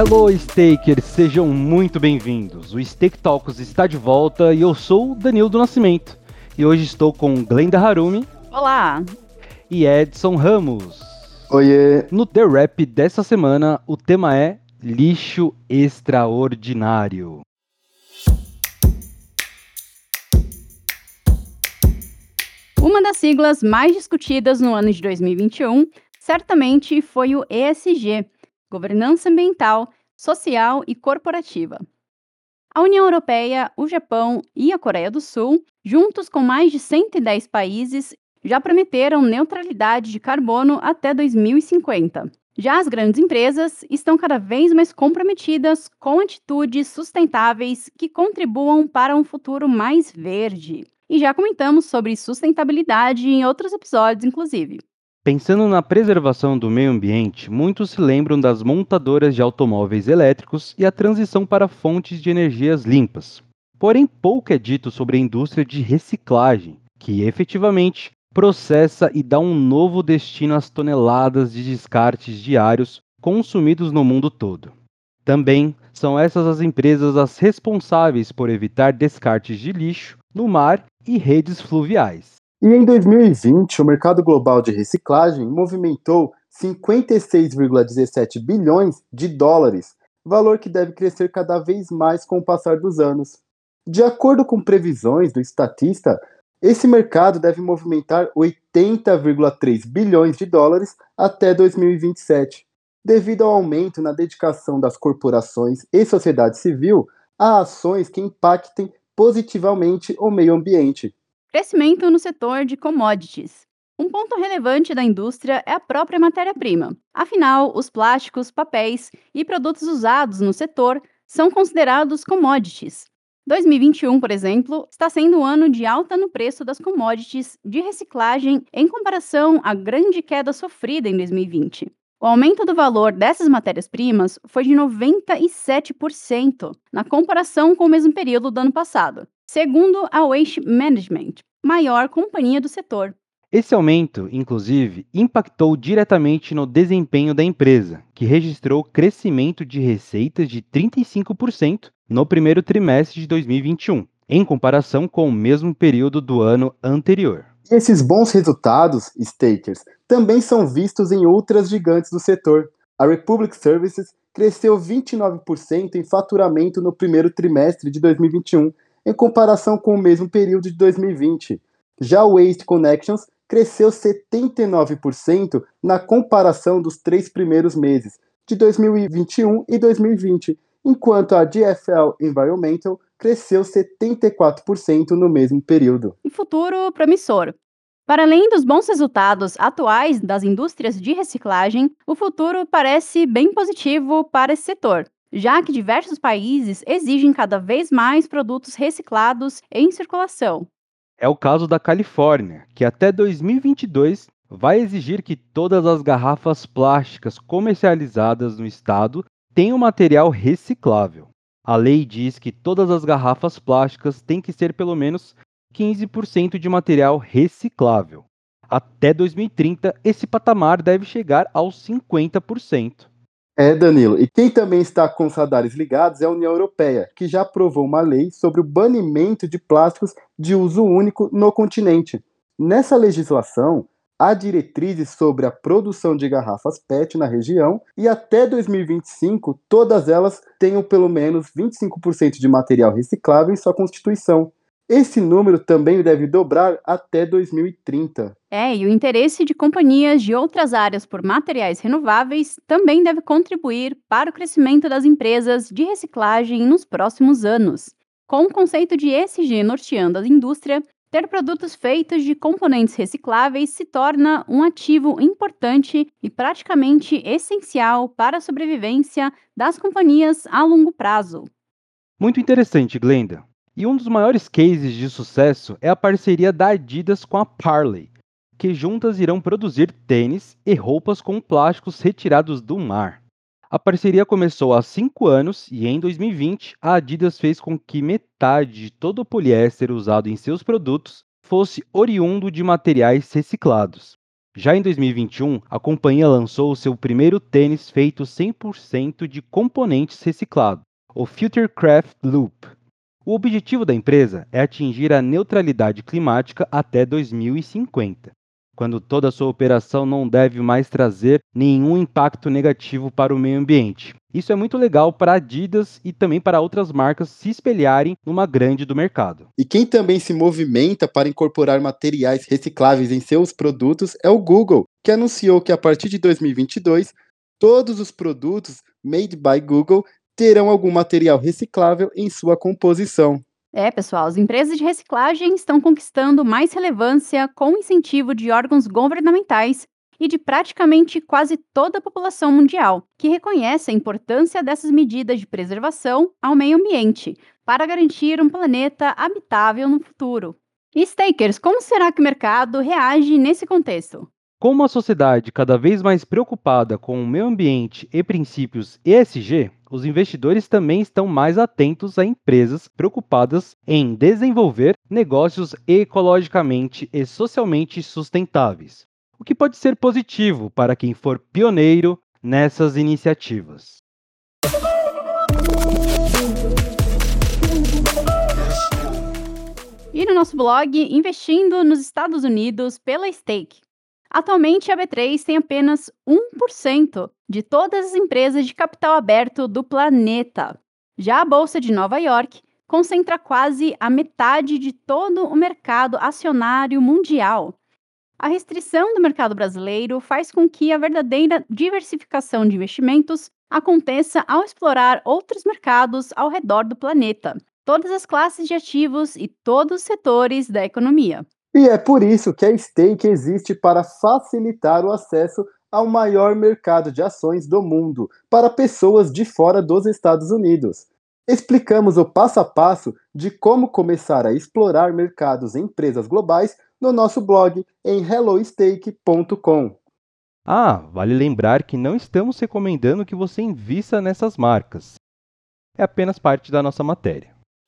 Hello, Stakers! Sejam muito bem-vindos. O Stake Talks está de volta e eu sou o Danilo do Nascimento. E hoje estou com Glenda Harumi. Olá! E Edson Ramos. Oiê! No The Rap dessa semana, o tema é lixo extraordinário. Uma das siglas mais discutidas no ano de 2021 certamente foi o ESG, Governança Ambiental, Social e Corporativa. A União Europeia, o Japão e a Coreia do Sul, juntos com mais de 110 países, já prometeram neutralidade de carbono até 2050. Já as grandes empresas estão cada vez mais comprometidas com atitudes sustentáveis que contribuam para um futuro mais verde. E já comentamos sobre sustentabilidade em outros episódios, inclusive. Pensando na preservação do meio ambiente, muitos se lembram das montadoras de automóveis elétricos e a transição para fontes de energias limpas. Porém, pouco é dito sobre a indústria de reciclagem, que efetivamente processa e dá um novo destino às toneladas de descartes diários consumidos no mundo todo. Também são essas as empresas as responsáveis por evitar descartes de lixo no mar e redes fluviais. E em 2020, o mercado global de reciclagem movimentou 56,17 bilhões de dólares, valor que deve crescer cada vez mais com o passar dos anos. De acordo com previsões do Statista, esse mercado deve movimentar 80,3 bilhões de dólares até 2027, devido ao aumento na dedicação das corporações e sociedade civil a ações que impactem positivamente o meio ambiente. Crescimento no setor de commodities. Um ponto relevante da indústria é a própria matéria-prima. Afinal, os plásticos, papéis e produtos usados no setor são considerados commodities. 2021, por exemplo, está sendo um ano de alta no preço das commodities de reciclagem em comparação à grande queda sofrida em 2020. O aumento do valor dessas matérias-primas foi de 97% na comparação com o mesmo período do ano passado, segundo a Waste Management, maior companhia do setor. Esse aumento, inclusive, impactou diretamente no desempenho da empresa, que registrou crescimento de receitas de 35% no primeiro trimestre de 2021, em comparação com o mesmo período do ano anterior. E esses bons resultados, stakers, também são vistos em outras gigantes do setor. A Republic Services cresceu 29% em faturamento no primeiro trimestre de 2021, em comparação com o mesmo período de 2020. Já o Waste Connections cresceu 79% na comparação dos 3 primeiros meses, de 2021 e 2020, enquanto a GFL Environmental cresceu 74% no mesmo período. E futuro promissor. Para além dos bons resultados atuais das indústrias de reciclagem, o futuro parece bem positivo para esse setor, já que diversos países exigem cada vez mais produtos reciclados em circulação. É o caso da Califórnia, que até 2022 vai exigir que todas as garrafas plásticas comercializadas no estado tenham material reciclável. A lei diz que todas as garrafas plásticas têm que ser pelo menos 15% de material reciclável. Até 2030, esse patamar deve chegar aos 50%. Danilo, e quem também está com os radares ligados é a União Europeia, que já aprovou uma lei sobre o banimento de plásticos de uso único no continente. Nessa legislação, há diretrizes sobre a produção de garrafas PET na região e até 2025 todas elas tenham pelo menos 25% de material reciclável em sua constituição. Esse número também deve dobrar até 2030. E o interesse de companhias de outras áreas por materiais renováveis também deve contribuir para o crescimento das empresas de reciclagem nos próximos anos. Com o conceito de ESG norteando a indústria, ter produtos feitos de componentes recicláveis se torna um ativo importante e praticamente essencial para a sobrevivência das companhias a longo prazo. Muito interessante, Glenda. E um dos maiores cases de sucesso é a parceria da Adidas com a Parley, que juntas irão produzir tênis e roupas com plásticos retirados do mar. A parceria começou há 5 anos e em 2020 a Adidas fez com que metade de todo o poliéster usado em seus produtos fosse oriundo de materiais reciclados. Já em 2021, a companhia lançou o seu primeiro tênis feito 100% de componentes reciclados, o Futurecraft Loop. O objetivo da empresa é atingir a neutralidade climática até 2050, quando toda a sua operação não deve mais trazer nenhum impacto negativo para o meio ambiente. Isso é muito legal para a Adidas e também para outras marcas se espelharem numa grande do mercado. E quem também se movimenta para incorporar materiais recicláveis em seus produtos é o Google, que anunciou que a partir de 2022, todos os produtos made by Google terão algum material reciclável em sua composição. Pessoal, as empresas de reciclagem estão conquistando mais relevância com o incentivo de órgãos governamentais e de praticamente quase toda a população mundial, que reconhece a importância dessas medidas de preservação ao meio ambiente para garantir um planeta habitável no futuro. E stakers, como será que o mercado reage nesse contexto? Com uma sociedade cada vez mais preocupada com o meio ambiente e princípios ESG, os investidores também estão mais atentos a empresas preocupadas em desenvolver negócios ecologicamente e socialmente sustentáveis, o que pode ser positivo para quem for pioneiro nessas iniciativas. E no nosso blog, investindo nos Estados Unidos pela Stake. Atualmente, a B3 tem apenas 1% de todas as empresas de capital aberto do planeta. Já a Bolsa de Nova York concentra quase a metade de todo o mercado acionário mundial. A restrição do mercado brasileiro faz com que a verdadeira diversificação de investimentos aconteça ao explorar outros mercados ao redor do planeta, todas as classes de ativos e todos os setores da economia. E é por isso que a Stake existe para facilitar o acesso ao maior mercado de ações do mundo para pessoas de fora dos Estados Unidos. Explicamos o passo a passo de como começar a explorar mercados e empresas globais no nosso blog em hellostake.com. Vale lembrar que não estamos recomendando que você invista nessas marcas. É apenas parte da nossa matéria.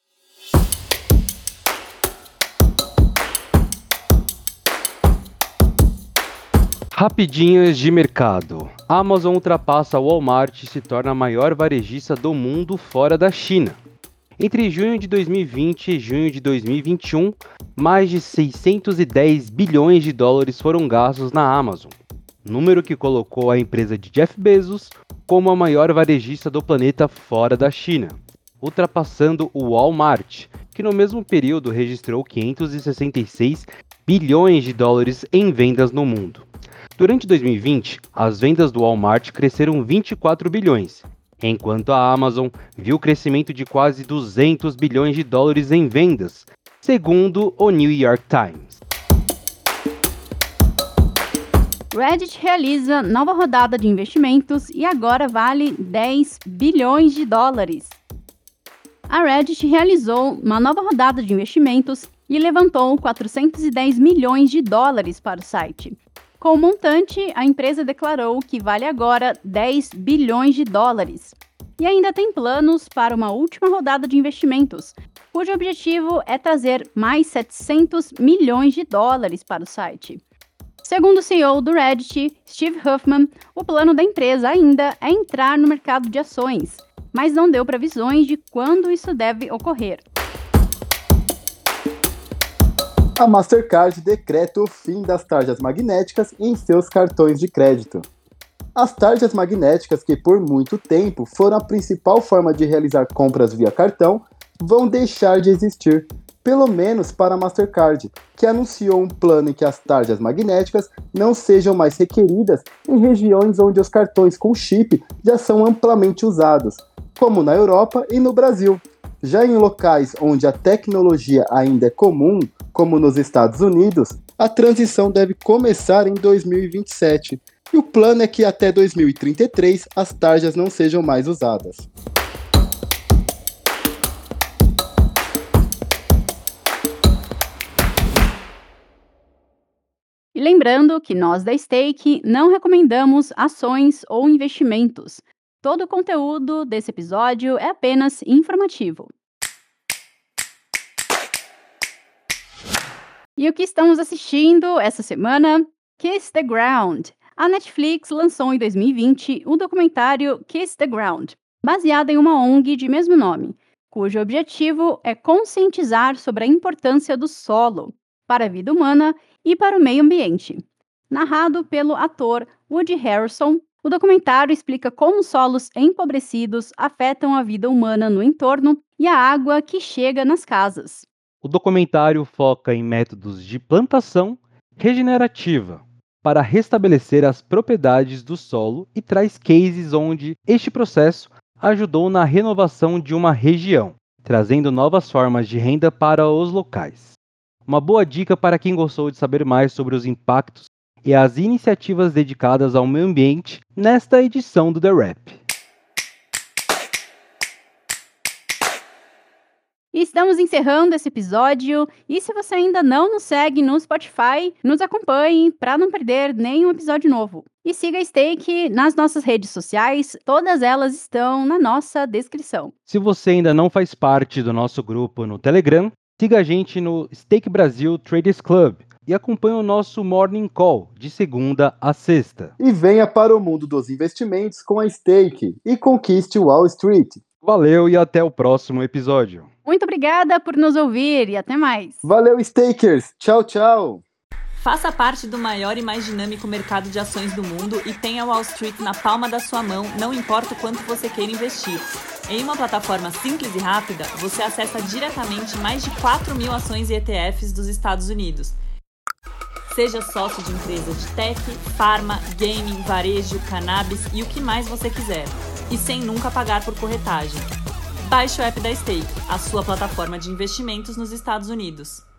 Rapidinhas de mercado. A Amazon ultrapassa a Walmart e se torna a maior varejista do mundo fora da China. Entre junho de 2020 e junho de 2021, mais de 610 bilhões de dólares foram gastos na Amazon, número que colocou a empresa de Jeff Bezos como a maior varejista do planeta fora da China, ultrapassando o Walmart, que no mesmo período registrou 566 bilhões de dólares em vendas no mundo. Durante 2020, as vendas do Walmart cresceram 24 bilhões, enquanto a Amazon viu crescimento de quase 200 bilhões de dólares em vendas, segundo o New York Times. Reddit realiza nova rodada de investimentos e agora vale 10 bilhões de dólares. A Reddit realizou uma nova rodada de investimentos e levantou 410 milhões de dólares para o site. Com o montante, a empresa declarou que vale agora 10 bilhões de dólares. E ainda tem planos para uma última rodada de investimentos, cujo objetivo é trazer mais 700 milhões de dólares para o site. Segundo o CEO do Reddit, Steve Huffman, o plano da empresa ainda é entrar no mercado de ações, mas não deu previsões de quando isso deve ocorrer. A Mastercard decreta o fim das tarjas magnéticas em seus cartões de crédito. As tarjas magnéticas, que por muito tempo foram a principal forma de realizar compras via cartão, vão deixar de existir, pelo menos para a Mastercard, que anunciou um plano em que as tarjas magnéticas não sejam mais requeridas em regiões onde os cartões com chip já são amplamente usados, como na Europa e no Brasil. Já em locais onde a tecnologia ainda é comum, como nos Estados Unidos, a transição deve começar em 2027, e o plano é que até 2033 as tarjas não sejam mais usadas. E lembrando que nós da Stake não recomendamos ações ou investimentos. Todo o conteúdo desse episódio é apenas informativo. E o que estamos assistindo essa semana? Kiss the Ground. A Netflix lançou em 2020 o documentário Kiss the Ground, baseado em uma ONG de mesmo nome, cujo objetivo é conscientizar sobre a importância do solo para a vida humana e para o meio ambiente. Narrado pelo ator Woody Harrelson, o documentário explica como os solos empobrecidos afetam a vida humana no entorno e a água que chega nas casas. O documentário foca em métodos de plantação regenerativa para restabelecer as propriedades do solo e traz cases onde este processo ajudou na renovação de uma região, trazendo novas formas de renda para os locais. Uma boa dica para quem gostou de saber mais sobre os impactos e as iniciativas dedicadas ao meio ambiente nesta edição do The Wrap. Estamos encerrando esse episódio e se você ainda não nos segue no Spotify, nos acompanhe para não perder nenhum episódio novo. E siga a Stake nas nossas redes sociais, todas elas estão na nossa descrição. Se você ainda não faz parte do nosso grupo no Telegram, siga a gente no Stake Brasil Traders Club e acompanhe o nosso Morning Call de segunda a sexta. E venha para o mundo dos investimentos com a Stake e conquiste Wall Street. Valeu e até o próximo episódio. Muito obrigada por nos ouvir e até mais. Valeu, Stakers! Tchau, tchau! Faça parte do maior e mais dinâmico mercado de ações do mundo e tenha Wall Street na palma da sua mão, não importa o quanto você queira investir. Em uma plataforma simples e rápida, você acessa diretamente mais de 4.000 ações e ETFs dos Estados Unidos. Seja sócio de empresa de tech, farma, gaming, varejo, cannabis e o que mais você quiser. E sem nunca pagar por corretagem. Baixe o app da Stake, a sua plataforma de investimentos nos Estados Unidos.